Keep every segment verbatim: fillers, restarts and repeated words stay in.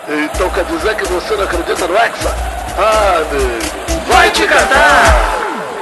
Então quer dizer que você não acredita no Hexa? Ah, amigo, vai te catar!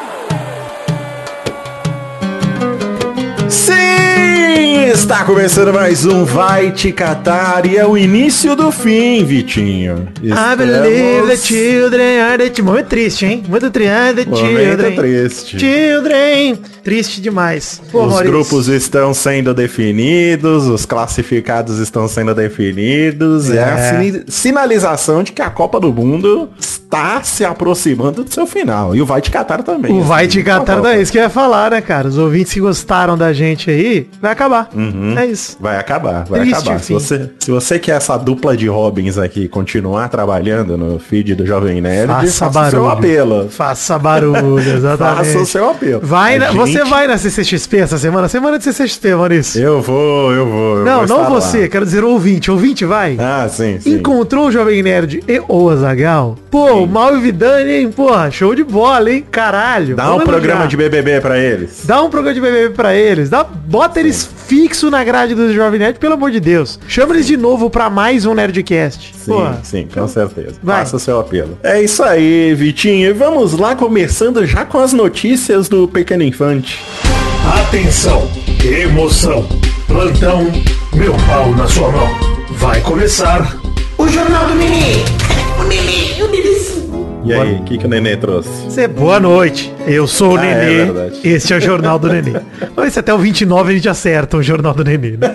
Sim! Está começando mais um Vai Te Catar e é o início do fim, Vitinho. I believe the children are the... Momento triste, hein? Muito triste. The Momento children. triste. Children. Triste demais. Pô, os Maurício. grupos estão sendo definidos, os classificados estão sendo definidos. É, é a sin- sinalização de que a Copa do Mundo está se aproximando do seu final. E o Vai Te Catar também. O assim, Vai Te Catar é isso que eu ia falar, né, cara? Os ouvintes que gostaram da gente aí, vai acabar. Uhum. É isso. Vai acabar, vai Triste acabar. Se você, se você quer essa dupla de Robins aqui continuar trabalhando no feed do Jovem Nerd, Faça faça o seu barulho. apelo. Faça barulho, exatamente. Faça o seu apelo. Vai A na, gente- Você vai na C C X P essa semana? Semana de C C X P, Maurício. Eu vou, eu vou. eu não, vou não estar você. lá. Quero dizer o ouvinte. Ouvinte, vai. Ah, sim, sim. Encontrou o Jovem Nerd e o Azaghal? Pô, o Mal e o Vidani, hein? Porra, show de bola, hein? Caralho. Dá Vamos um programa elogiar. de B B B pra eles. Dá um programa de B B B pra eles. Dá, bota eles fixo na grade do Jovem Nerd, pelo amor de Deus. Chama eles de novo pra mais um Nerdcast. Sim, Porra. sim, com certeza. Vai. Faça o seu apelo. É isso aí, Vitinho. E vamos lá, começando já com as notícias do Pequeno Infante. Atenção, emoção, plantão, meu pau na sua mão. Vai começar o Jornal do Nenê. O Nenê, o Nenêzinho. E aí, o que, que o Nenê trouxe? Cê, boa noite. Eu sou o Ah, é Nenê. verdade. Este é o Jornal do Nenê. Mas até o vinte e nove a gente acerta o Jornal do Nenê, né?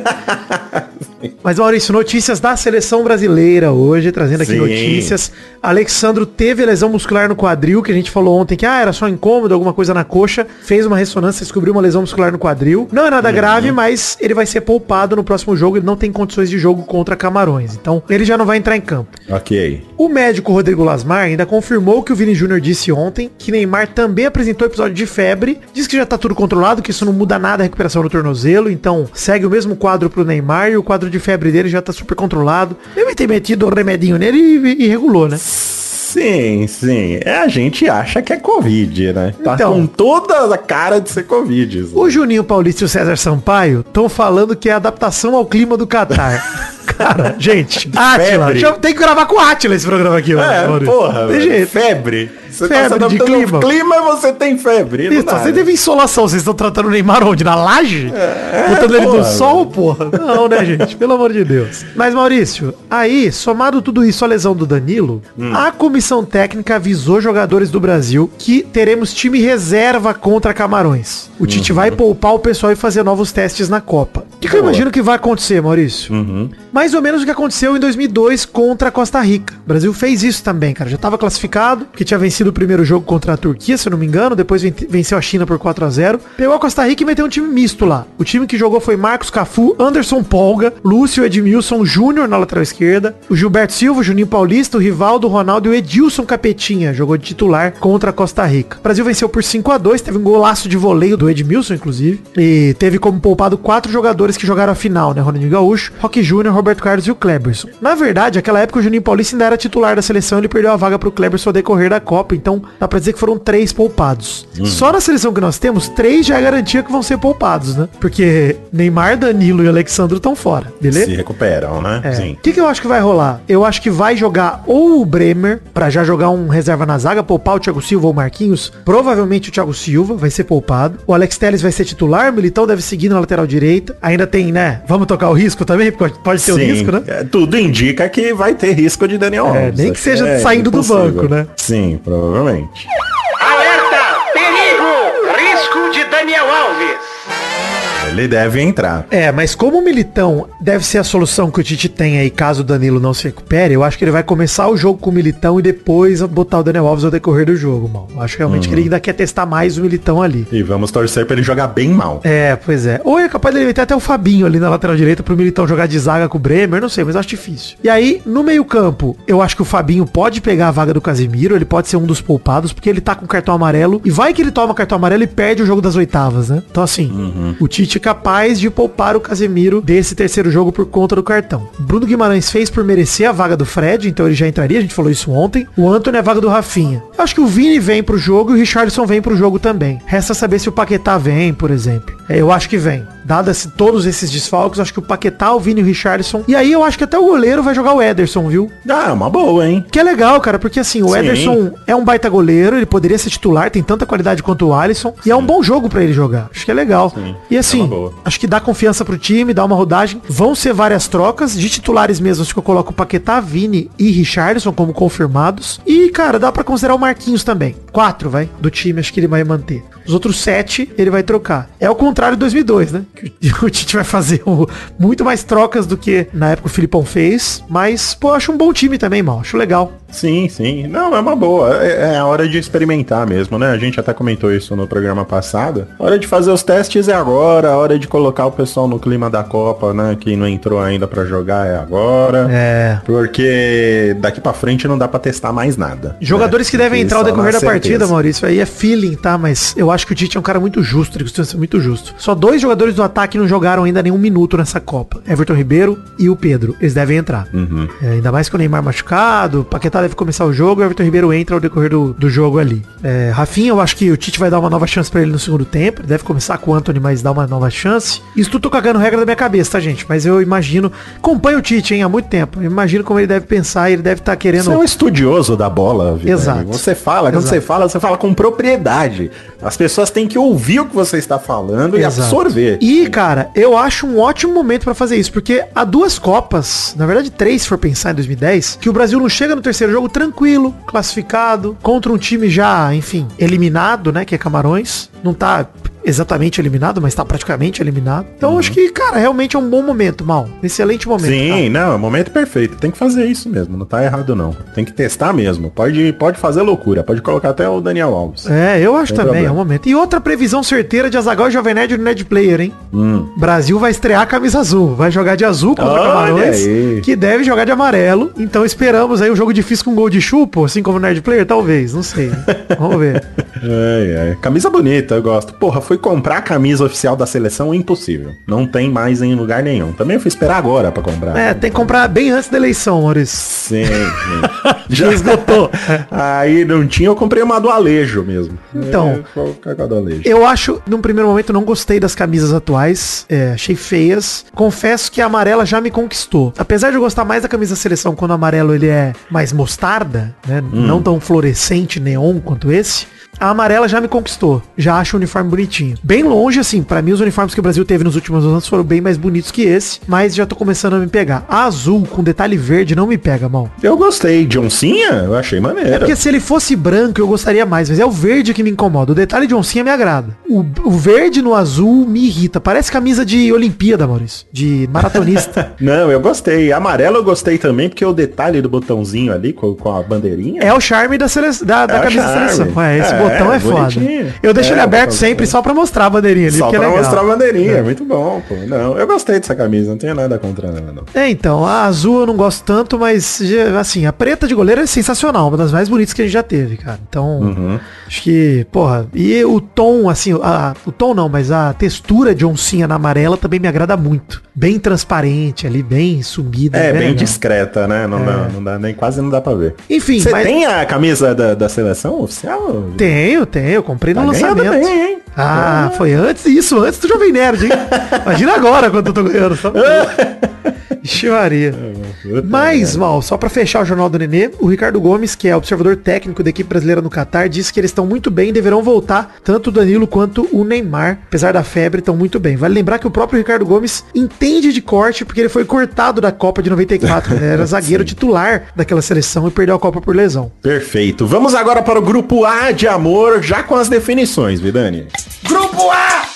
Mas, Maurício, notícias da seleção brasileira hoje, trazendo aqui Sim. notícias. Alexandro teve lesão muscular no quadril, que a gente falou ontem que ah, era só incômodo, alguma coisa na coxa. Fez uma ressonância, descobriu uma lesão muscular no quadril. Não é nada grave, mas ele vai ser poupado no próximo jogo. Ele não tem condições de jogo contra Camarões. Então, ele já não vai entrar em campo. Ok. O médico Rodrigo Lasmar ainda confirmou que o Vini Júnior disse ontem que Neymar também apresentou episódio de febre. Diz que já tá tudo controlado, que isso não muda nada a recuperação no tornozelo. Então segue o mesmo quadro pro Neymar e o quadro de febre dele já tá super controlado. Deve ter metido o remedinho nele e, e regulou, né? Sim, sim. É, a gente acha que é Covid, né? Tá Então. com toda a cara de ser Covid. isso. O Juninho Paulista e o César Sampaio estão falando que é adaptação ao clima do Catar. Cara, gente, Átila, Febre. já tem que gravar com o Átila esse programa aqui, É, Maurício. porra, Tem velho. jeito. Febre. Você Febre tá se de adaptando ao clima. clima, você tem febre. Isso, não dá, você né? teve insolação, vocês estão tratando o Neymar onde? Na laje? Botando ele no porra, sol, porra? Não, né, gente? Pelo amor de Deus. Mas, Maurício, aí, somado tudo isso à lesão do Danilo, Hum. a comissão técnica avisou jogadores do Brasil que teremos time reserva contra Camarões. O Tite vai poupar o pessoal e fazer novos testes na Copa. O que, que eu Boa. imagino que vai acontecer, Maurício? Uhum. Mais ou menos o que aconteceu em dois mil e dois contra a Costa Rica. O Brasil fez isso também, cara. Já estava classificado, que tinha vencido o primeiro jogo contra a Turquia, se eu não me engano. Depois ven- venceu a China por quatro a zero. Pegou a Costa Rica e meteu um time misto lá. O time que jogou foi Marcos Cafu, Anderson Polga, Lúcio Edmilson Júnior na lateral esquerda, o Gilberto Silva, o Juninho Paulista, o Rivaldo, o Ronaldo e o Edilson Capetinha. Jogou de titular contra a Costa Rica. O Brasil venceu por cinco a dois. Teve um golaço de voleio do Edmilson, inclusive. E teve como poupado quatro jogadores que jogaram a final, né? Ronaldinho Gaúcho, Roque Júnior, Roberto Carlos e o Kleberson. Na verdade, naquela época o Juninho Paulista ainda era titular da seleção, ele perdeu a vaga pro Kleberson ao decorrer da Copa, então dá pra dizer que foram três poupados. Só na seleção que nós temos, três já é garantia que vão ser poupados, né? Porque Neymar, Danilo e Alexandro estão fora, beleza? Se recuperam, né? É. Sim. O que, que eu acho que vai rolar? Eu acho que vai jogar ou o Bremer, pra já jogar um reserva na zaga, poupar o Thiago Silva ou o Marquinhos. Provavelmente o Thiago Silva vai ser poupado. O Alex Telles vai ser titular, o Militão deve seguir na lateral direita. Ainda tem, né? Vamos tocar o risco também, porque pode ter o Sim. risco, né? É, tudo indica que vai ter risco de Daniel É, Alves. nem que Acho seja é saindo do impossível. banco, né? Sim, provavelmente. Alerta! Perigo! Risco de Daniel Alves! Ele deve entrar. É, mas como o Militão deve ser a solução que o Tite tem aí, caso o Danilo não se recupere, eu acho que ele vai começar o jogo com o Militão e depois botar o Daniel Alves ao decorrer do jogo, mal. Eu acho realmente que ele ainda quer testar mais o Militão ali. E vamos torcer pra ele jogar bem mal. É, pois é. Ou é capaz de ele meter até o Fabinho ali na lateral direita pro Militão jogar de zaga com o Bremer, não sei, mas eu acho difícil. E aí, no meio campo, eu acho que o Fabinho pode pegar a vaga do Casemiro, ele pode ser um dos poupados, porque ele tá com cartão amarelo, e vai que ele toma cartão amarelo e perde o jogo das oitavas, né? Então assim, o Tite é capaz de poupar o Casemiro desse terceiro jogo por conta do cartão. Bruno Guimarães fez por merecer a vaga do Fred, então ele já entraria, a gente falou isso ontem. O Antony é a vaga do Rafinha. Eu acho que o Vini vem pro jogo e o Richarlison vem pro jogo também. Resta saber se o Paquetá vem, por exemplo. É, eu acho que vem. Dadas todos esses desfalques, acho que o Paquetá, o Vini e o Richarlison. E aí eu acho que até o goleiro vai jogar o Ederson, viu? Ah, uma boa, hein? Que é legal, cara, porque assim, o Sim. Ederson é um baita goleiro, ele poderia ser titular, tem tanta qualidade quanto o Alisson. E é um bom jogo pra ele jogar. Acho que é legal. Sim. E assim, É uma boa. acho que dá confiança pro time, dá uma rodagem. Vão ser várias trocas de titulares mesmo. Acho que eu coloco o Paquetá, Vini e Richarlison como confirmados. E, cara, dá pra considerar o Marquinhos também. Quatro, vai, do time, acho que ele vai manter. Os outros sete, ele vai trocar. É o contrário de dois mil e dois, né? Que o Tite vai fazer o, muito mais trocas do que na época o Filipão fez. Mas, pô, acho um bom time também, mal. Acho legal. Sim, sim. Não, é uma boa. É, é a hora de experimentar mesmo, né? A gente até comentou isso no programa passado. A hora de fazer os testes é agora. A hora de colocar o pessoal no clima da Copa, né? Quem não entrou ainda pra jogar é agora. É. Porque daqui pra frente não dá pra testar mais nada. Jogadores né? que devem entrar ao Só decorrer na da partida, certeza. Maurício, aí é feeling, tá? Mas eu acho que o Tite é um cara muito justo, ele costuma ser muito justo. Só dois jogadores do ataque não jogaram ainda nenhum minuto nessa Copa. Everton Ribeiro e o Pedro. Eles devem entrar. Uhum. É, ainda mais com o Neymar machucado, o Paquetá deve começar o jogo, o Everton Ribeiro entra ao decorrer do, do jogo ali. É, Rafinha, eu acho que o Tite vai dar uma nova chance pra ele no segundo tempo. Ele deve começar com o Antony, mas dar uma nova chance. Isso tudo tô cagando regra da minha cabeça, tá, gente? Mas eu imagino... Acompanho o Tite, hein, há muito tempo. Eu imagino como ele deve pensar, ele deve estar querendo... Você é um estudioso da bola, Vidani. Exato. Você fala, quando Exato. você fala, você fala com propriedade. As pessoas têm que ouvir o que você está falando e Exato. absorver. E, cara, eu acho um ótimo momento pra fazer isso, porque há duas Copas, na verdade três, se for pensar em dois mil e dez, que o Brasil não chega no terceiro jogo tranquilo, classificado, contra um time já, enfim, eliminado, né, que é Camarões. Não tá exatamente eliminado, mas tá praticamente eliminado. Então, Uhum. acho que, cara, realmente é um bom momento, Mal. Excelente momento. Sim, não, é o momento perfeito. Tem que fazer isso mesmo, não tá errado não. Tem que testar mesmo. Pode, pode fazer loucura, pode colocar até o Daniel Alves. É, eu acho Sem também, problema. é um momento. E outra previsão certeira de Azaghal e Jovem Nerd no Nerd Player, hein? Hum. Brasil vai estrear a camisa azul. Vai jogar de azul contra Olha Camarões, aí. que deve jogar de amarelo. Então esperamos aí um jogo difícil com gol de chupo, assim como o Nerd Player, talvez, não sei. Vamos ver. É, é. Camisa bonita, eu gosto. Porra, fui comprar a camisa oficial da seleção, impossível. Não tem mais em lugar nenhum. Também fui esperar agora pra comprar. É, tem que comprar bem antes da eleição, Maurício. Sim, sim. Já esgotou. Aí não tinha, eu comprei uma do Alejo mesmo. Então, É, vou ficar com a do Alejo. Eu acho, num primeiro momento, não gostei das camisas atuais. É, achei feias. Confesso que a amarela já me conquistou. Apesar de eu gostar mais da camisa da seleção quando o amarelo ele é mais mostarda, né? Não tão fluorescente, neon quanto esse. A amarela já me conquistou. Já acho o uniforme bonitinho. Bem longe, assim, pra mim os uniformes que o Brasil teve nos últimos anos foram bem mais bonitos que esse, mas já tô começando a me pegar. A azul com detalhe verde não me pega, mal. Eu gostei. De oncinha, eu achei maneiro. É porque se ele fosse branco eu gostaria mais, mas é o verde que me incomoda. O detalhe de oncinha me agrada. O, o verde no azul me irrita. Parece camisa de Olimpíada, Maurício. De maratonista. Não, eu gostei. Amarelo eu gostei também, porque o detalhe do botãozinho ali com, com a bandeirinha. É o charme da, sele... da, da É o camisa da charme. seleção. É, esse É, botão é bonitinho. foda. Eu deixo É, ele o aberto botãozinho. sempre só pra mostrar a bandeirinha ali, Só porque pra é legal. mostrar a bandeirinha, muito bom, pô. Não, eu gostei dessa camisa, não tenho nada contra ela, não. É, então, a azul eu não gosto tanto, mas, já, assim, a preta de goleiro é sensacional, uma das mais bonitas que a gente já teve, cara. Então, Uhum. acho que, porra, e o tom, assim, a, o tom não, mas a textura de oncinha na amarela também me agrada muito. Bem transparente ali, bem sumida. É, bem legal. discreta, né? Não, dá, não dá, nem quase não dá pra ver. Enfim, Você mas... tem a camisa da, da seleção oficial? Tenho, tenho, eu comprei no Tá ganhando lançamento. bem, hein? Ah, foi antes, isso, antes do Jovem Nerd, hein? Imagina agora quanto eu tô ganhando, sabe? Ixi, Maria. Mas, Mal, só pra fechar o Jornal do Nenê, o Ricardo Gomes, que é observador técnico da equipe brasileira no Catar, disse que eles estão muito bem e deverão voltar, tanto o Danilo quanto o Neymar, apesar da febre, estão muito bem. Vale lembrar que o próprio Ricardo Gomes entende de corte, porque ele foi cortado da Copa de noventa e quatro, né? Era zagueiro titular daquela seleção e perdeu a Copa por lesão. Perfeito. Vamos agora para o grupo A de amor, já com as definições, Vidani. Grupo A!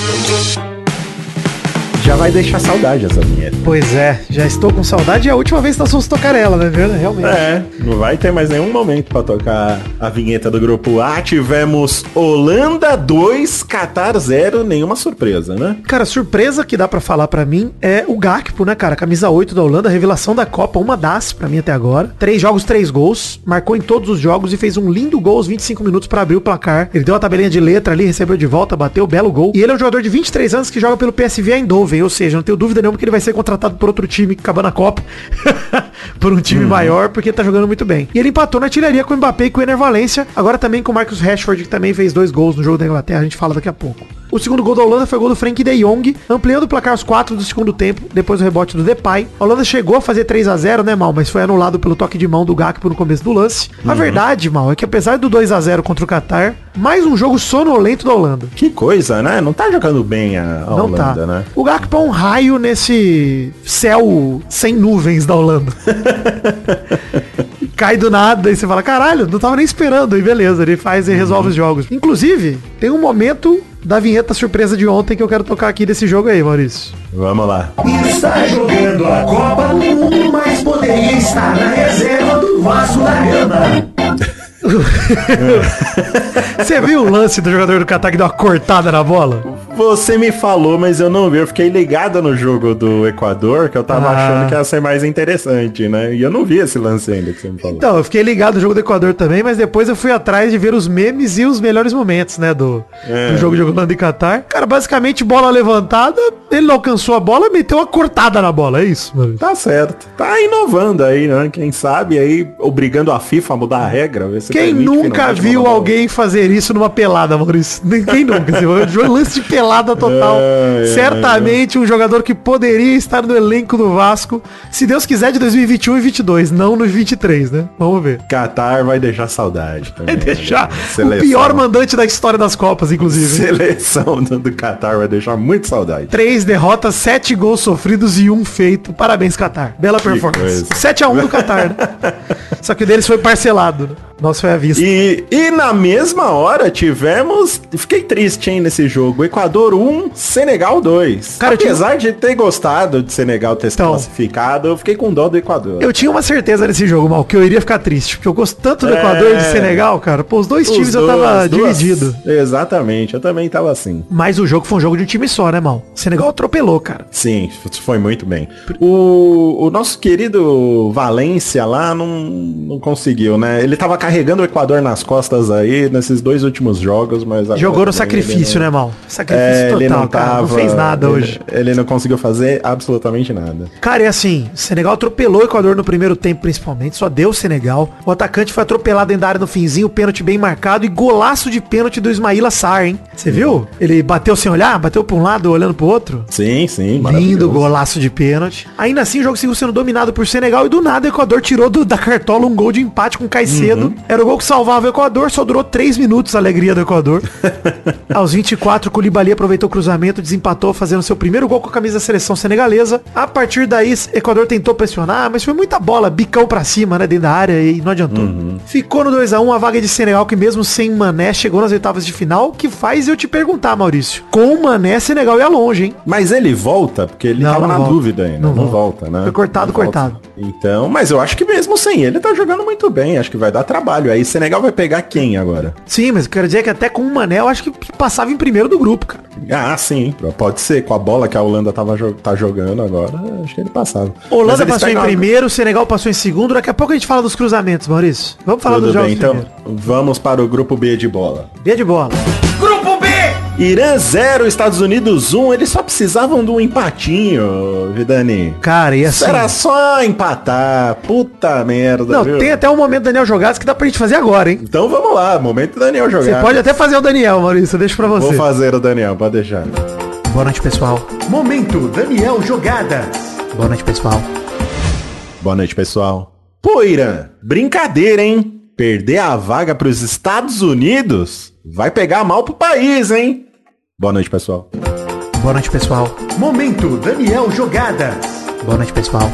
Já vai deixar saudade essa vinheta. Pois é, já estou com saudade e é a última vez que nós vamos tocar ela, né? Verdade? Realmente. É, não vai ter mais nenhum momento pra tocar a vinheta do grupo A. Tivemos Holanda dois, Catar zero, nenhuma surpresa, né? Cara, surpresa que dá pra falar pra mim é o Gakpo, né, cara? Camisa oito da Holanda, revelação da Copa, uma das pra mim até agora. Três jogos, três gols. Marcou em todos os jogos e fez um lindo gol aos vinte e cinco minutos pra abrir o placar. Ele deu uma tabelinha de letra ali, recebeu de volta, bateu, belo gol. E ele é um jogador de vinte e três anos que joga pelo P S V Eindhoven, ou seja, não tenho dúvida nenhuma que ele vai ser contratado por outro time acabando a Copa. por um time uhum. maior, porque tá jogando muito bem. E ele empatou na artilharia com o Mbappé e com o Ener Valencia. Agora também com o Marcus Rashford, que também fez dois gols no jogo da Inglaterra. A gente fala daqui a pouco. O segundo gol da Holanda foi o gol do Frenkie de Jong, ampliando o placar aos quatro do segundo tempo, depois do rebote do Depay. A Holanda chegou a fazer três a zero, né, Mal? Mas foi anulado pelo toque de mão do Gakpo no começo do lance. Uhum. A verdade, Mal, é que apesar do dois a zero contra o Catar, mais um jogo sonolento da Holanda. Que coisa, né? Não tá jogando bem a, a Não Holanda, tá. né? O Gakpo é um raio nesse céu sem nuvens da Holanda. Cai do nada e você fala, caralho, não tava nem esperando. E beleza, ele faz e resolve uhum. os jogos. Inclusive, tem um momento da vinheta surpresa de ontem que eu quero tocar aqui desse jogo aí, Maurício. Vamos lá. Está jogando a Copa do Mundo, mas poderia estar na reserva do Vasco da Gama. Você viu o lance do jogador do Catar que deu uma cortada na bola? Você me falou, mas eu não vi. Eu fiquei ligado no jogo do Equador, que eu tava ah. achando que ia ser mais interessante, né? E eu não vi esse lance ainda que você me falou. Então, eu fiquei ligado no jogo do Equador também, mas depois eu fui atrás de ver os memes e os melhores momentos, né? Do, é. do jogo de Holanda e Catar. Cara, basicamente, bola levantada, ele não alcançou a bola, meteu uma cortada na bola, é isso, mano. Tá certo. Tá inovando aí, né? Quem sabe aí, obrigando a FIFA a mudar a regra. Ver se Quem nunca viu alguém fazer isso numa pelada, Maurício? Quem nunca? Um lance de pelada total. É, é, Certamente é, é. um jogador que poderia estar no elenco do Vasco, se Deus quiser, de dois mil e vinte e um e vinte e dois, não nos vinte e três, né? Vamos ver. Qatar vai deixar saudade também. Vai deixar né? o pior mandante da história das Copas, inclusive. Seleção do Qatar vai deixar muito saudade. Três derrotas, sete gols sofridos e um feito. Parabéns, Qatar. Bela que performance. Coisa. sete a um do Qatar, né? Só que o deles foi parcelado, né? Nossa, foi a vista. E, e na mesma hora tivemos... Fiquei triste, hein, nesse jogo. Equador um, Senegal dois. Cara, apesar tinha... de ter gostado de Senegal ter se então, classificado, eu fiquei com dó do Equador. Eu tinha uma certeza nesse jogo, Mal, que eu iria ficar triste. Porque eu gosto tanto do é... Equador e de Senegal, cara. Pô, os dois os times dois, eu tava duas... dividido. Exatamente, eu também tava assim. Mas o jogo foi um jogo de um time só, né, Mal? Senegal atropelou, cara. Sim, foi muito bem. O, o nosso querido Valência lá não, não conseguiu, né? Ele tava carregando o Equador nas costas aí, nesses dois últimos jogos, mas... Jogou no sacrifício, não... né, Mal? Sacrifício é, total, ele não cara. Tava, não fez nada ele, hoje. Ele não conseguiu fazer absolutamente nada. Cara, é assim, o Senegal atropelou o Equador no primeiro tempo, principalmente, só deu o Senegal. O atacante foi atropelado dentro da área no finzinho, pênalti bem marcado e golaço de pênalti do Ismaila Sarr, hein? Você hum. viu? Ele bateu sem olhar, bateu pra um lado, olhando pro outro. Sim, sim. Lindo golaço de pênalti. Ainda assim, o jogo seguiu sendo dominado por Senegal e do nada o Equador tirou do, da cartola um gol de empate com o Caicedo. Uhum. Era o gol que salvava o Equador, só durou três minutos a alegria do Equador. Aos vinte e quatro, o Koulibaly aproveitou o cruzamento, desempatou, fazendo seu primeiro gol com a camisa da seleção senegalesa. A partir daí, o Equador tentou pressionar, mas foi muita bola, bicão pra cima, né, dentro da área e não adiantou. Uhum. Ficou no dois a um, a vaga de Senegal, que mesmo sem Mané, chegou nas oitavas de final, que faz eu te perguntar, Maurício. Com o Mané, Senegal ia longe, hein? Mas ele volta, porque ele não, tava não na volta. dúvida ainda. Não, não volta, né? Foi cortado, não cortado. Volta. Então, mas eu acho que mesmo sem ele, tá jogando muito bem. Acho que vai dar trabalho. Aí Senegal vai pegar quem agora? Sim, mas eu quero dizer que até com o Mané, eu acho que passava em primeiro do grupo, cara. Ah, sim. Pode ser. Com a bola que a Holanda tava, tá jogando agora, acho que ele passava. Holanda passou em primeiro, Senegal passou em segundo. Daqui a pouco a gente fala dos cruzamentos, Maurício. Vamos falar Tudo dos jogos bem, então primeiro. Vamos para o grupo B de bola. B de bola. Grupo B! Irã zero, Estados Unidos um. Eles só precisavam de um empatinho, Vidani. Cara, e assim... Era só empatar. Puta merda, Não, viu? tem até um momento Daniel Jogadas que dá pra gente fazer agora, hein? Então vamos lá, momento Daniel Jogadas. Você pode até fazer o Daniel, Maurício, deixa pra você. Vou fazer o Daniel, pode deixar. Boa noite, pessoal. Momento Daniel Jogadas. Boa noite, pessoal. Boa noite, pessoal. Pô, Irã, brincadeira, hein? Perder a vaga pros Estados Unidos vai pegar mal pro país, hein? Boa noite, pessoal. Boa noite, pessoal. Momento Daniel Jogadas. Boa noite, pessoal.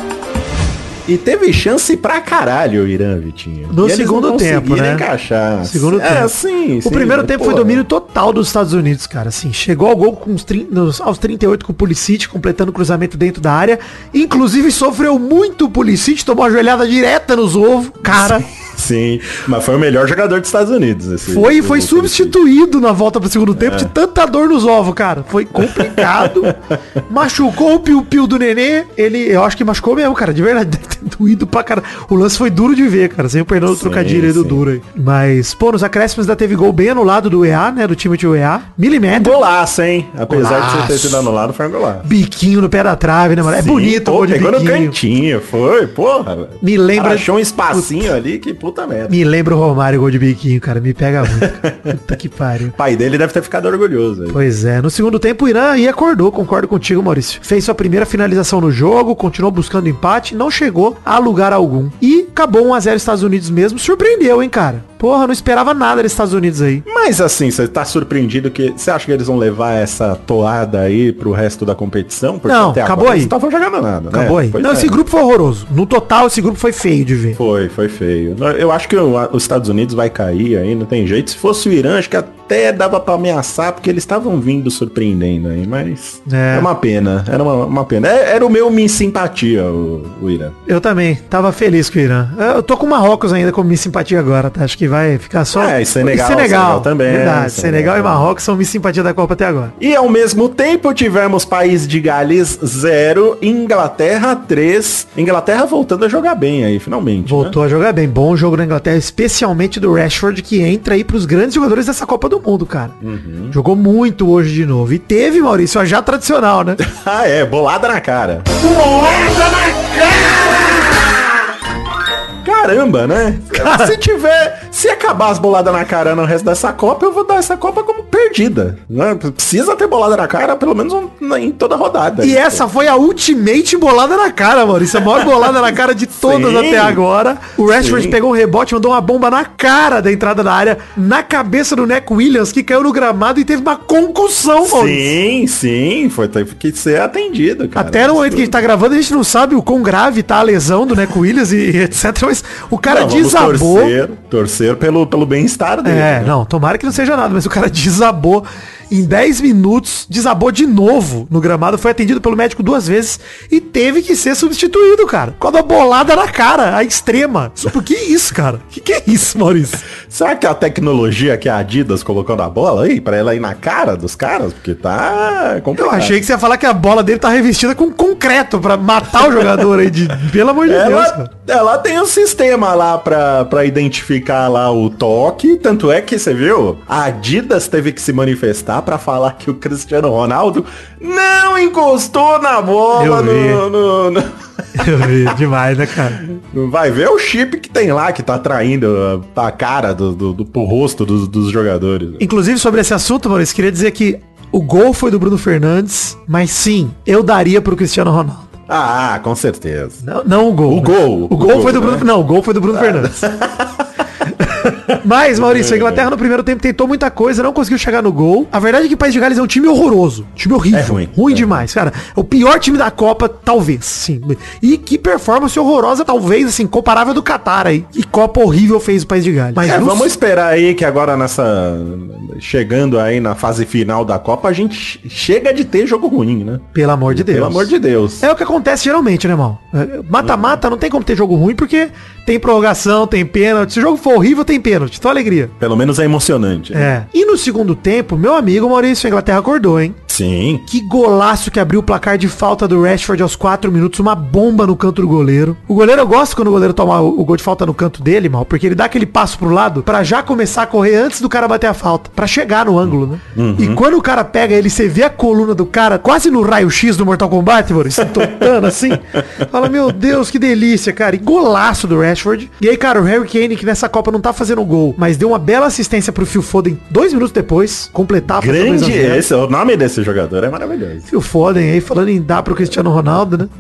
E teve chance pra caralho o Irã, Vitinho. No segundo tempo, né? encaixar. Segundo é, tempo. Sim, o sim, primeiro tempo porra. foi domínio total dos Estados Unidos, cara. Assim, chegou ao gol com os trinta, nos, aos trinta e oito com o Pulisic, completando o cruzamento dentro da área. Inclusive sofreu muito o Pulisic, tomou uma joelhada direta nos ovos. Cara... Sim, mas foi o melhor jogador dos Estados Unidos. Esse, foi e foi substituído na volta pro segundo tempo é. de tanta dor nos ovos, cara. Foi complicado. Machucou o piu-piu do Nenê. Ele, eu acho que machucou mesmo, cara. De verdade, deve ter doído pra cara. O lance foi duro de ver, cara. Sem o perdão do trocadilho aí do duro aí. Mas, pô, nos acréscimos ainda teve gol bem anulado do E A, né? Do time de E A. Milimétrico. Golaço, hein? Apesar golaço. de você ter sido anulado, foi um golaço. Biquinho no pé da trave, né, mano? É Sim, bonito pô, o gol de pegou biquinho. no cantinho, foi, porra. Me lembra... Achou um espacinho ali que, pô. puta merda. Me lembra o Romário, gol de biquinho, cara. Me pega muito. Cara. Puta que pariu. O pai dele deve ter ficado orgulhoso. Aí. Pois é. No segundo tempo, o Irã aí acordou. Concordo contigo, Maurício. Fez sua primeira finalização no jogo, continuou buscando empate, não chegou a lugar algum. E acabou um a zero Estados Unidos mesmo. Surpreendeu, hein, cara. Porra, não esperava nada dos Estados Unidos aí. Mas assim, você tá surpreendido que... Você acha que eles vão levar essa toada aí pro resto da competição? Porque não, até acabou agora aí. Eles não estavam jogando nada, Acabou né? aí. Pois não, é. esse grupo foi horroroso. No total, esse grupo foi feio de ver. Foi, foi feio. Eu acho que o- os Estados Unidos vai cair aí, não tem jeito. Se fosse o Irã, acho que até dava pra ameaçar, porque eles estavam vindo surpreendendo aí, mas... É. É uma pena, era uma, uma pena. É- Era o meu Miss Simpatia, o, o Irã. Eu também. Tava feliz com o Irã. Eu tô com o Marrocos ainda como minha simpatia agora, tá? Acho que vai ficar só... É, e Senegal, Senegal, Senegal também, Verdade. Senegal. Senegal e Marrocos são minha simpatia da Copa até agora. E ao mesmo tempo tivemos País de Gales zero, Inglaterra três. Inglaterra voltando a jogar bem aí, finalmente. Voltou a jogar bem. Bom jogo na Inglaterra, especialmente do Rashford, que entra aí pros grandes jogadores dessa Copa do Mundo, cara. Uhum. Jogou muito hoje de novo. E teve, Maurício, a já tradicional, né? Né? Ah, é, bolada na cara. Caramba, né? Cara. Se tiver, se acabar as boladas na cara no resto dessa Copa, eu vou dar essa Copa como perdida. Né? Precisa ter bolada na cara, pelo menos um- em toda a rodada. E essa foi a ultimate bolada na cara, Maurício. A maior bolada na cara de todas Sim. até agora. O Rashford Sim. pegou um rebote, mandou uma bomba na cara da entrada da área, na cabeça do Neck Williams, que caiu no gramado e teve uma concussão, Maurício. Sim, sim, foi, teve que ser atendido, cara. Até no momento que a gente tá gravando, a gente não sabe o quão grave tá a lesão do Neck Williams e etcétera. Mas o cara Não, vamos desabou. Torcer, torcer pelo, pelo bem-estar dele. É, né? não, tomara que não seja nada, mas o cara desabou em dez minutos, desabou de novo no gramado, foi atendido pelo médico duas vezes e teve que ser substituído, cara. Com a bolada na cara, a extrema. Por que isso, cara? Que que é isso, Maurício? Será que a tecnologia que a Adidas colocou na bola aí, pra ela ir na cara dos caras? Porque tá complicado. Eu achei que você ia falar que a bola dele tá revestida com concreto pra matar o jogador aí, de, pelo amor de Deus, Ela, cara. ela tem um sistema lá pra, pra identificar lá o toque, tanto é que, você viu, a Adidas teve que se manifestar pra falar que o Cristiano Ronaldo não encostou na bola Eu vi. no, no, no- Eu vi, demais, né, cara? Vai ver o chip que tem lá, que tá atraindo a cara do, do, do pro rosto dos, dos jogadores. Inclusive, sobre esse assunto, Maurício, queria dizer que o gol foi do Bruno Fernandes, mas sim, eu daria pro Cristiano Ronaldo. Ah, com certeza. Não, não o gol. O né? gol. O, O gol gol, foi do Bruno. né? Não, o gol foi do Bruno Fernandes. Mas, Maurício, a Inglaterra no primeiro tempo tentou muita coisa, não conseguiu chegar no gol. A verdade é que o País de Gales é um time horroroso. Time horrível. É ruim. Ruim É. demais, cara. É o pior time da Copa, talvez, sim. E que performance horrorosa, talvez, assim, comparável do Qatar aí. Que Copa horrível fez o País de Gales. Mas É, no- vamos esperar aí que agora nessa... Chegando aí na fase final da Copa, a gente chega de ter jogo ruim, né? Pelo amor de Deus. Pelo amor de Deus. É o que acontece geralmente, né, mal? É, Mata-mata não tem como ter jogo ruim, porque tem prorrogação, tem pênalti. Se o jogo for horrível, tem pênalti. Então, alegria. Pelo menos é emocionante. né? É. E no segundo tempo, meu amigo Maurício, a Inglaterra acordou, hein? Sim. Que golaço que abriu o placar de falta do Rashford aos quatro minutos, uma bomba no canto do goleiro. O goleiro, eu gosto quando o goleiro toma o, o gol de falta no canto dele, mal, porque ele dá aquele passo pro lado pra já começar a correr antes do cara bater a falta, pra chegar no ângulo, né? E quando o cara pega ele, você vê a coluna do cara quase no raio-x do Mortal Kombat, Maurício, totando assim. Fala, meu Deus, que delícia, cara. E golaço do Rashford. E aí, cara, o Harry Kane, que nessa Copa não tá fazendo gol, mas deu uma bela assistência pro Phil Foden dois minutos depois, completar pra fazer dois a Grande zero. esse, o nome desse jogador é maravilhoso. Phil Foden aí, falando em dar pro Cristiano Ronaldo, né?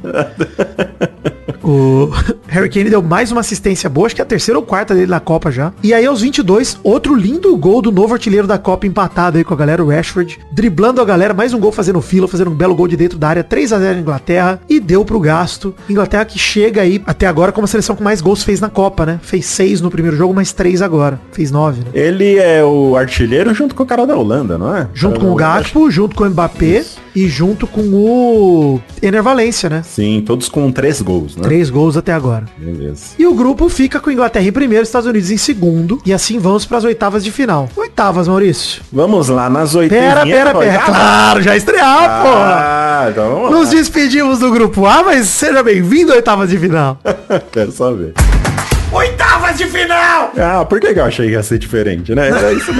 O Harry Kane deu mais uma assistência boa, acho que é a terceira ou quarta dele na Copa já. E aí aos vinte e dois, outro lindo gol do novo artilheiro da Copa empatado aí com a galera, o Rashford, driblando a galera, mais um gol fazendo fila, fazendo um belo gol de dentro da área, três a zero na Inglaterra e deu pro gasto. Inglaterra que chega aí até agora como a seleção com mais gols fez na Copa, né? Fez seis no primeiro jogo, mais três agora. Fez nove, né? Ele é o artilheiro junto com o cara da Holanda, não é? Junto Cara com da o Holanda. Gakpo, junto com o Mbappé e junto com o Ener Valencia, né? Sim, todos com três gols, né? Três gols até agora. Beleza. E o grupo fica com Inglaterra em primeiro, Estados Unidos em segundo. E assim vamos para as oitavas de final. Oitavas, Maurício. Vamos lá, nas oitavas. Pera, pera, pera. Claro, já estrear, pô. Ah, então vamos Nos lá. despedimos do grupo A, mas seja bem-vindo a oitavas de final. Quero só ver. Oitavas de final! Ah, por que que eu achei que ia ser diferente, né? Era isso mesmo.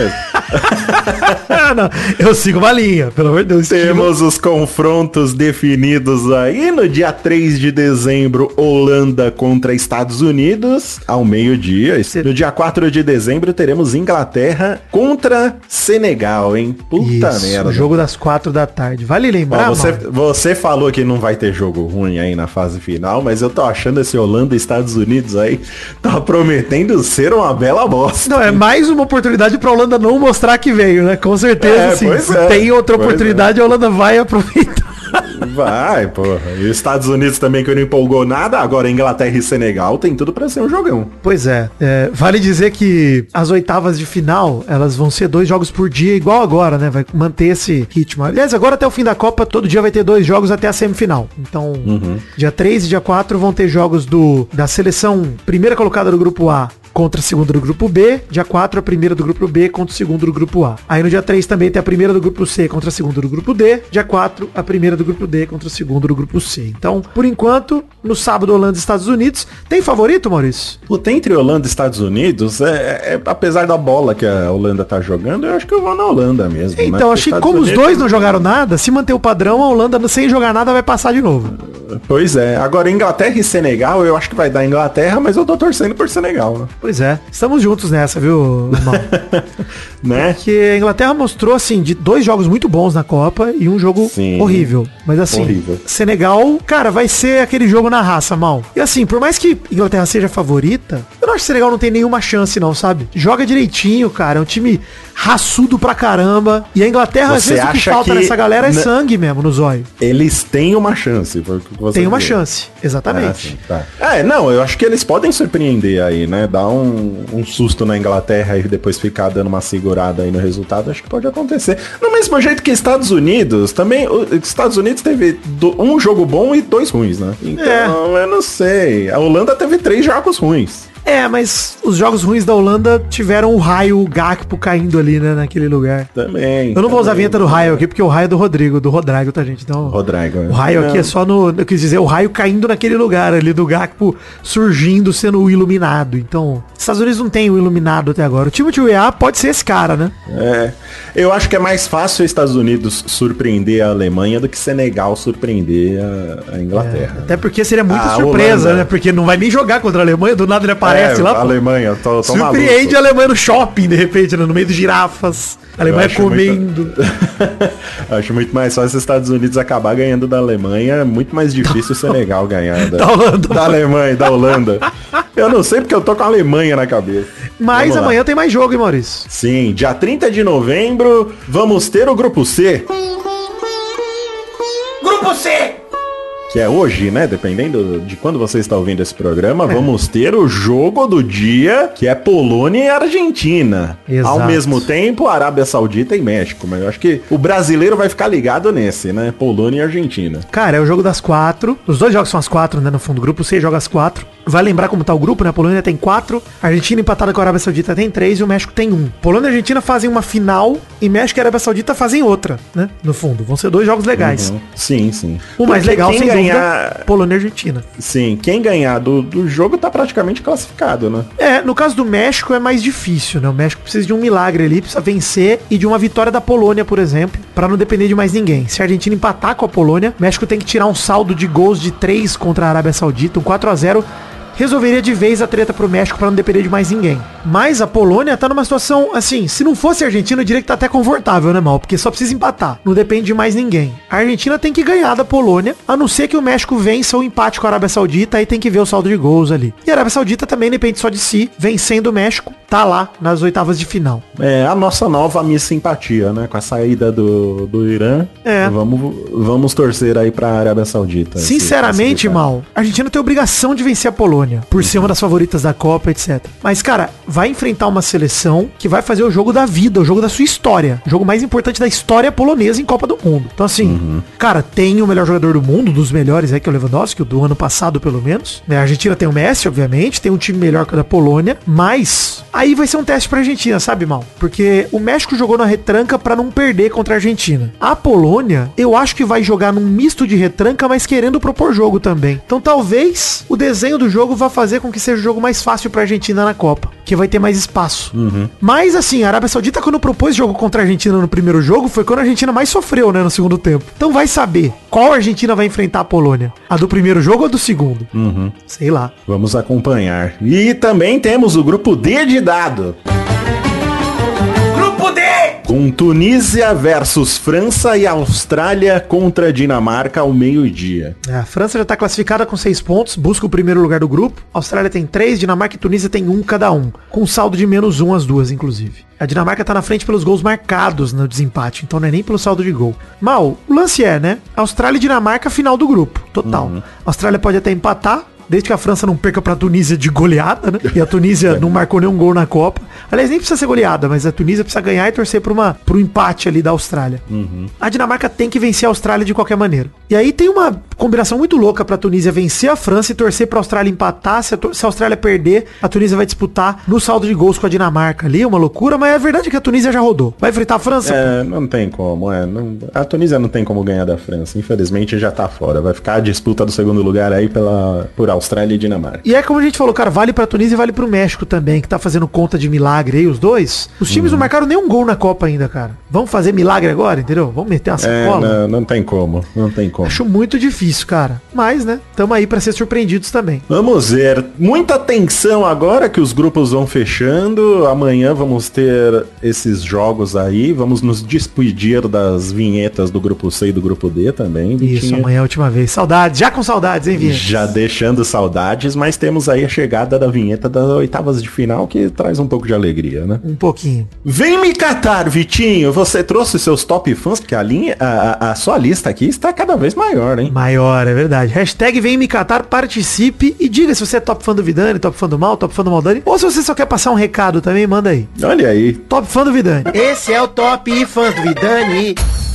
Não, eu sigo uma linha, pelo amor de Deus. Temos os confrontos definidos aí no dia três de dezembro, Holanda contra Estados Unidos, ao meio-dia. No dia quatro de dezembro teremos Inglaterra contra Senegal, hein? Puta Isso, merda. o jogo das quatro da tarde. Vale lembrar, Ó, você, Mauro? você falou que não vai ter jogo ruim aí na fase final, mas eu tô achando esse Holanda e Estados Unidos aí tá prometendo ser uma bela bosta. Não, é mais uma oportunidade pra Holanda não mostrar que veio, né? Com certeza, É, sim. pois Se é, tem outra pois oportunidade, a Holanda vai aproveitar. Vai, porra. E os Estados Unidos também, que não empolgou nada. Agora Inglaterra e Senegal tem tudo pra ser um jogão. Pois é, é, vale dizer que as oitavas de final, elas vão ser dois jogos por dia, igual agora, né? Vai manter esse ritmo. Aliás, agora até o fim da Copa, todo dia vai ter dois jogos até a semifinal. Então, uhum. dia três e dia quatro vão ter jogos do da seleção primeira colocada do grupo A contra a segunda do grupo B. Dia quatro, a primeira do grupo B contra o segundo do grupo A. Aí no dia três também tem a primeira do grupo C contra a segunda do grupo D. Dia quatro, a primeira do grupo D contra o segundo do grupo C. Então, por enquanto, no sábado, Holanda e Estados Unidos. Tem favorito, Maurício? Puta, entre Holanda e Estados Unidos, é, é, apesar da bola que a Holanda tá jogando, eu acho que eu vou na Holanda mesmo. Então, né? acho que Estados como Unidos... os dois não jogaram nada, se manter o padrão, a Holanda sem jogar nada vai passar de novo. Pois é. Agora, Inglaterra e Senegal, eu acho que vai dar Inglaterra, mas eu tô torcendo por Senegal, né? Pois é. Estamos juntos nessa, viu, Mauro? Né? Porque a Inglaterra mostrou, assim, de dois jogos muito bons na Copa e um jogo Sim. horrível. Mas, assim, horrível. Senegal, cara, vai ser aquele jogo na raça, mal. E, assim, por mais que a Inglaterra seja favorita, eu não acho que Senegal não tem nenhuma chance, não, sabe? Joga direitinho, cara. É um time raçudo pra caramba. E a Inglaterra, às vezes, o que falta que nessa galera é na... sangue mesmo no zóio. Eles têm uma chance. Tem uma viu. chance, exatamente. Ah, tá. É, não, eu acho que eles podem surpreender aí, né? Dar um, um susto na Inglaterra e depois ficar dando uma segurada aí no resultado, acho que pode acontecer. No mesmo jeito que Estados Unidos, também, os Estados Unidos teve do, um jogo bom e dois ruins, né? Então, é. eu não sei. A Holanda teve três jogos ruins. É, mas os jogos ruins da Holanda tiveram o raio, o Gakpo caindo ali, né, naquele lugar. Também. Eu não também. vou usar a vinheta do raio aqui, porque o raio é do Rodrigo, do Rodrigo, tá, gente? Então, Rodrigo. O raio não. aqui é só no... Eu quis dizer, o raio caindo naquele lugar ali, do Gakpo surgindo, sendo o iluminado. Então, Estados Unidos não tem o iluminado até agora. O time de U E A pode ser esse cara, né? É. Eu acho que é mais fácil os Estados Unidos surpreender a Alemanha do que Senegal surpreender a, a Inglaterra. É, até porque seria muita a surpresa, Holanda. né? Porque não vai nem jogar contra a Alemanha, do nada ele aparece. É, lá, a Alemanha, tô, tô surpreende maluco. a Alemanha no shopping, de repente, né? No meio de girafas. A Alemanha comendo. Muito... acho muito mais fácil os Estados Unidos acabar ganhando da Alemanha. É muito mais difícil o Senegal ganhar da, da, Holanda. da Alemanha, da Holanda. Eu não sei porque eu tô com a Alemanha na cabeça. Mas amanhã tem mais jogo, hein, Maurício? Sim, dia trinta de novembro, vamos ter o Grupo C. Grupo C! Que é hoje, né? Dependendo de quando você está ouvindo esse programa, é. vamos ter o jogo do dia, que é Polônia e Argentina. Exato. Ao mesmo tempo, Arábia Saudita e México. Mas eu acho que o brasileiro vai ficar ligado nesse, né? Polônia e Argentina. Cara, é o jogo das quatro. Os dois jogos são as quatro, né? No fundo, o grupo C joga as quatro. Vai lembrar como tá o grupo, né? A Polônia tem quatro, a Argentina empatada com a Arábia Saudita tem três e o México tem um. Polônia e Argentina fazem uma final e México e a Arábia Saudita fazem outra, né? No fundo, vão ser dois jogos legais. Uhum. Sim, sim. O mais Porque legal, sem ganhar... dúvida, Polônia e Argentina. Sim, quem ganhar do, do jogo tá praticamente classificado, né? É, no caso do México é mais difícil, né? O México precisa de um milagre ali, precisa vencer e de uma vitória da Polônia, por exemplo, pra não depender de mais ninguém. Se a Argentina empatar com a Polônia, o México tem que tirar um saldo de gols de três contra a Arábia Saudita, um quatro a zero. Resolveria de vez a treta pro México pra não depender de mais ninguém. Mas a Polônia tá numa situação, assim, se não fosse a Argentina, eu diria que tá até confortável, né, Mal? Porque só precisa empatar. Não depende de mais ninguém. A Argentina tem que ganhar da Polônia, a não ser que o México vença o empate com a Arábia Saudita, aí tem que ver o saldo de gols ali. E a Arábia Saudita também depende só de si, vencendo o México, tá lá nas oitavas de final. É, a nossa nova Miss Simpatia, né? Com a saída do, do Irã. É. Vamos, vamos torcer aí pra Arábia Saudita. Sinceramente, esse, esse Mal, a Argentina tem a obrigação de vencer a Polônia, por ser uma das favoritas da Copa, etcétera. Mas, cara, vai enfrentar uma seleção que vai fazer o jogo da vida, o jogo da sua história. O jogo mais importante da história polonesa em Copa do Mundo. Então, assim, uhum. cara, tem o melhor jogador do mundo, dos melhores aí, que é o Lewandowski, o do ano passado, pelo menos. A Argentina tem o Messi, obviamente, tem um time melhor que o da Polônia, mas a Aí vai ser um teste pra Argentina, sabe, Mal? Porque o México jogou na retranca pra não perder contra a Argentina. A Polônia, eu acho que vai jogar num misto de retranca, mas querendo propor jogo também. Então talvez o desenho do jogo vá fazer com que seja o jogo mais fácil pra Argentina na Copa, que vai ter mais espaço. Uhum. Mas assim, a Arábia Saudita, quando propôs jogo contra a Argentina no primeiro jogo, foi quando a Argentina mais sofreu, né, no segundo tempo. Então vai saber qual Argentina vai enfrentar a Polônia. A do primeiro jogo ou a do segundo? Uhum. Sei lá. Vamos acompanhar. E também temos o grupo D de dado. Grupo D! Com Tunísia versus França e Austrália contra Dinamarca ao meio-dia. É, a França já tá classificada com seis pontos, busca o primeiro lugar do grupo. A Austrália tem três, Dinamarca e Tunísia tem um cada um. Com saldo de menos um as duas, inclusive. A Dinamarca tá na frente pelos gols marcados no desempate, então não é nem pelo saldo de gol. Mal, o lance é, né? Austrália e Dinamarca, final do grupo, total. Uhum. A Austrália pode até empatar, desde que a França não perca pra Tunísia de goleada, né? E a Tunísia não marcou nenhum gol na Copa. Aliás, nem precisa ser goleada, mas a Tunísia precisa ganhar e torcer pra uma, pro empate ali da Austrália. Uhum. A Dinamarca tem que vencer a Austrália de qualquer maneira. E aí tem uma combinação muito louca pra Tunísia vencer a França e torcer pra Austrália empatar. Se a, se a Austrália perder, a Tunísia vai disputar no saldo de gols com a Dinamarca ali. Uma loucura, mas é verdade que a Tunísia já rodou. Vai enfrentar a França? É, não tem como. É, não, a Tunísia não tem como ganhar da França. Infelizmente já tá fora. Vai ficar a disputa do segundo lugar aí pela, por Austrália e Dinamarca. E é como a gente falou, cara, vale pra Tunísia e vale pro México também, que tá fazendo conta de milagre aí, os dois. Os times uhum. não marcaram nenhum gol na Copa ainda, cara. Vamos fazer milagre agora, entendeu? Vamos meter uma sacola? É, não, não tem como, não tem como. Acho muito difícil, cara. Mas, né, tamo aí pra ser surpreendidos também. Vamos ver. Muita atenção agora que os grupos vão fechando. Amanhã vamos ter esses jogos aí. Vamos nos despedir das vinhetas do grupo C e do grupo D também. Isso, Vitinha. Amanhã é a última vez. Saudades, já com saudades, hein, Vinheta? Já deixando saudades, mas temos aí a chegada da vinheta das oitavas de final, que traz um pouco de alegria, né? Um pouquinho. Vem me catar, Vitinho. Você trouxe seus top fãs, porque a linha, a, a sua lista aqui está cada vez maior, hein? Maior, é verdade. Hashtag vem me catar, participe e diga se você é top fã do Vidani, top fã do Mal, top fã do Maldani, ou se você só quer passar um recado também, manda aí. Olha aí. Top fã do Vidani. Esse é o top fã do Vidani.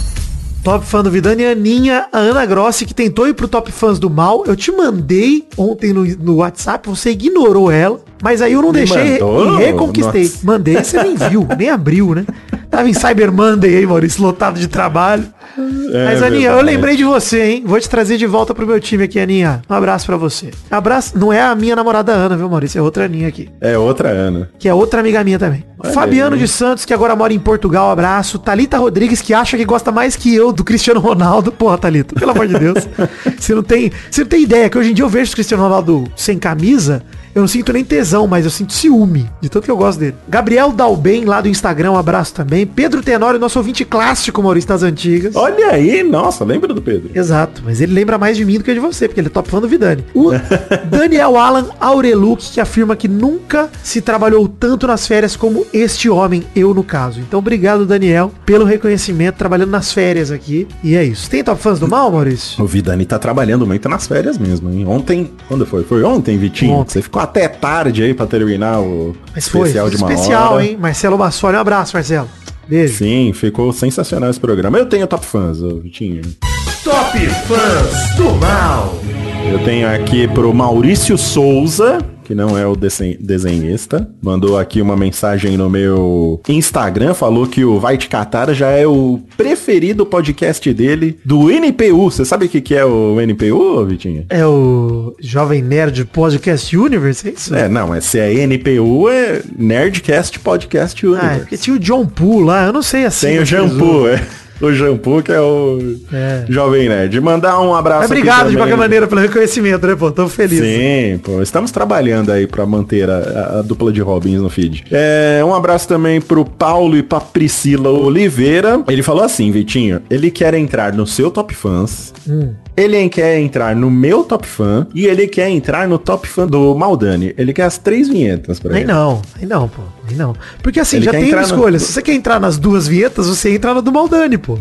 Top fã do Vidani, a Aninha, a Ana Grossi, que tentou ir pro top fãs do Mal. Eu te mandei ontem no, no WhatsApp, você ignorou ela. Mas aí eu não Me deixei mandou? e reconquistei. Nossa. Mandei, você nem viu, nem abriu, né? Tava em Cyber Monday aí, Maurício, lotado de trabalho. É, Mas, Aninha, verdade. eu lembrei de você, hein? Vou te trazer de volta pro meu time aqui, Aninha. Um abraço pra você. Abraço, não é a minha namorada Ana, viu, Maurício? É outra Aninha aqui. É outra Ana. Que é outra amiga minha também. Olha Fabiano aí. de Santos, que agora mora em Portugal, abraço. Thalita Rodrigues, que acha que gosta mais que eu do Cristiano Ronaldo. Porra, Thalita, pelo amor de Deus. Você não tem, você não tem ideia que hoje em dia eu vejo o Cristiano Ronaldo sem camisa. Eu não sinto nem tesão, mas eu sinto ciúme, de tanto que eu gosto dele. Gabriel Dalben, lá do Instagram, um abraço também. Pedro Tenório, nosso ouvinte clássico, Maurício, das antigas. Olha aí, nossa, lembra do Pedro? Exato, mas ele lembra mais de mim do que de você, porque ele é top fã do Vidani. O Daniel Alan Aureluk, que afirma que nunca se trabalhou tanto nas férias como este homem, eu no caso. Então, obrigado, Daniel, pelo reconhecimento, trabalhando nas férias aqui. E é isso. Tem top fãs do Mal, Maurício? O Vidani tá trabalhando muito nas férias mesmo, hein? Ontem, quando foi? Foi ontem, Vitinho? Ontem. Você ficou até tarde aí pra terminar o Mas foi, especial de uma especial, hora. hein? Marcelo Massoli, um abraço, Marcelo. Beijo. Sim, ficou sensacional esse programa. Eu tenho top fãs, ô, Vitinho. Top fãs do mal. Eu tenho aqui pro Maurício Souza, que não é o desen- desenhista, mandou aqui uma mensagem no meu Instagram, falou que o Vai Te Catar já é o preferido podcast dele do N P U. Você sabe o que, que é o N P U, Vitinho? É o Jovem Nerd Podcast Universe, é isso? É, não, mas se é N P U, é Nerdcast Podcast Ah, é Universe. porque tinha o John Poole lá, eu não sei assim. Tem o Shampoo, é. O Shampoo, que é o É. Jovem Nerd. Mandar um abraço Mas aqui obrigado de também. qualquer maneira pelo reconhecimento, né, pô? Tô feliz. Sim, pô, estamos trabalhando aí pra manter a, a- a dupla de Robins no feed. É, um abraço também pro Paulo e pra Priscila Oliveira. Ele falou assim, Vitinho, ele quer entrar no seu Top Fãs, Hum. ele quer entrar no meu Top Fã e ele quer entrar no Top Fã do Maldani. Ele quer as três vinhetas pra Nem ele. não, nem não, pô. Nem não. Porque assim, Ele já quer tem uma entrar no- escolha. Se você quer entrar nas duas vinhetas, você entra na do Maldani, pô.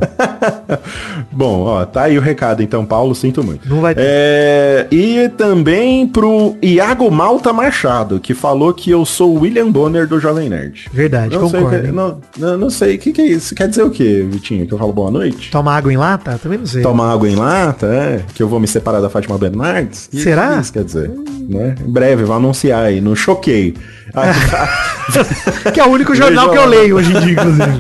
Bom, ó, tá aí o recado, então, Paulo, sinto muito. Não vai ter. É, e também pro Iago Malta Machado, que falou que eu sou o William Bonner do Jovem Nerd. Verdade, Não sei, o concordo. que, hein? não, não, não sei, o que, que é isso? Quer dizer o que, Vitinho? Que eu falo boa noite? Toma água em lata? Também não sei. Tomar água em lata, é? Que eu vou me separar da Fátima Bernardes? Isso- Será? Isso quer dizer, né? Em breve, vou anunciar aí, no Choquei. A, Que é o único jornal que eu leio hoje em dia, inclusive.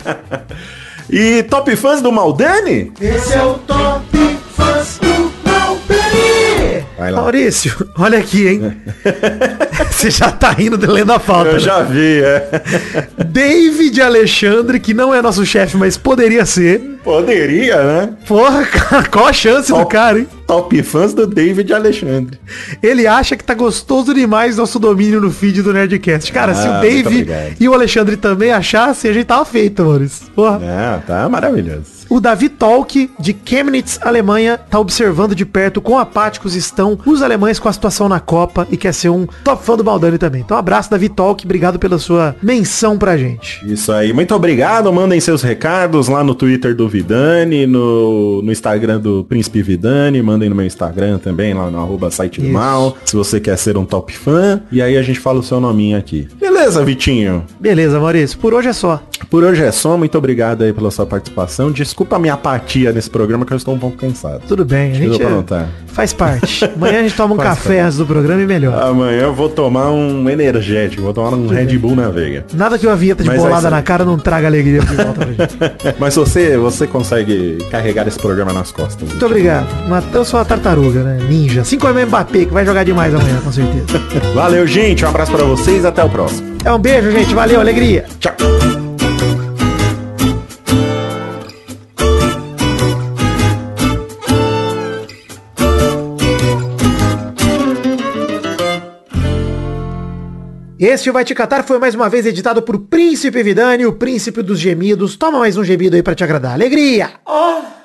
E top fãs do Maldani? Esse é o Top Fãs do Maldani. Vai lá. Maurício, olha aqui, hein? Você já tá rindo de lendo a falta. Eu né? já vi, é. David Alexandre, que não é nosso chefe, mas poderia ser. Poderia, né? Porra, cara, qual a chance do Top- cara, hein? Top fãs do David Alexandre. Ele acha que tá gostoso demais nosso domínio no feed do Nerdcast. Cara, se Ah, o muito Dave obrigado. e o Alexandre também achassem, a gente tava feito, Maurício. Porra. É, tá maravilhoso. O Davi Tolk, de Chemnitz, Alemanha, tá observando de perto quão apáticos estão os alemães com a situação na Copa e quer ser um top fã do Maldani também. Então, um abraço, Davi Tolk. Obrigado pela sua menção pra gente. Isso aí, muito obrigado. Mandem seus recados lá no Twitter do Vidani, no, no Instagram do Príncipe Vidani. Mandem no meu Instagram também, lá no arroba site do Isso. mal, se você quer ser um top fã. E aí a gente fala o seu nominho aqui. Beleza, Vitinho? Beleza, Maurício. Por hoje é só. Por hoje é só. Muito obrigado aí pela sua participação. Desculpa a minha apatia nesse programa, que eu estou um pouco cansado. Tudo bem, a Desculpa gente pra é- não tá. faz parte. Amanhã a gente toma um Faz café antes do programa e melhor. Amanhã eu vou tomar um energético, vou tomar um Red Bull na veia. Nada que uma vinheta de Mas é bolada isso aí. na cara não traga alegria de volta pra gente. Mas você, você consegue carregar esse programa nas costas. Muito obrigado. Uma- Eu sou a tartaruga, né? Ninja. Assim como o Mbappé, que vai jogar demais amanhã, com certeza. Valeu, gente. Um abraço pra vocês. Até o próximo. É um beijo, gente. Valeu, alegria. Tchau. Este Vai Te Catar foi mais uma vez editado por Príncipe Vidani, o príncipe dos gemidos. Toma mais um gemido aí pra te agradar. Alegria! Oh.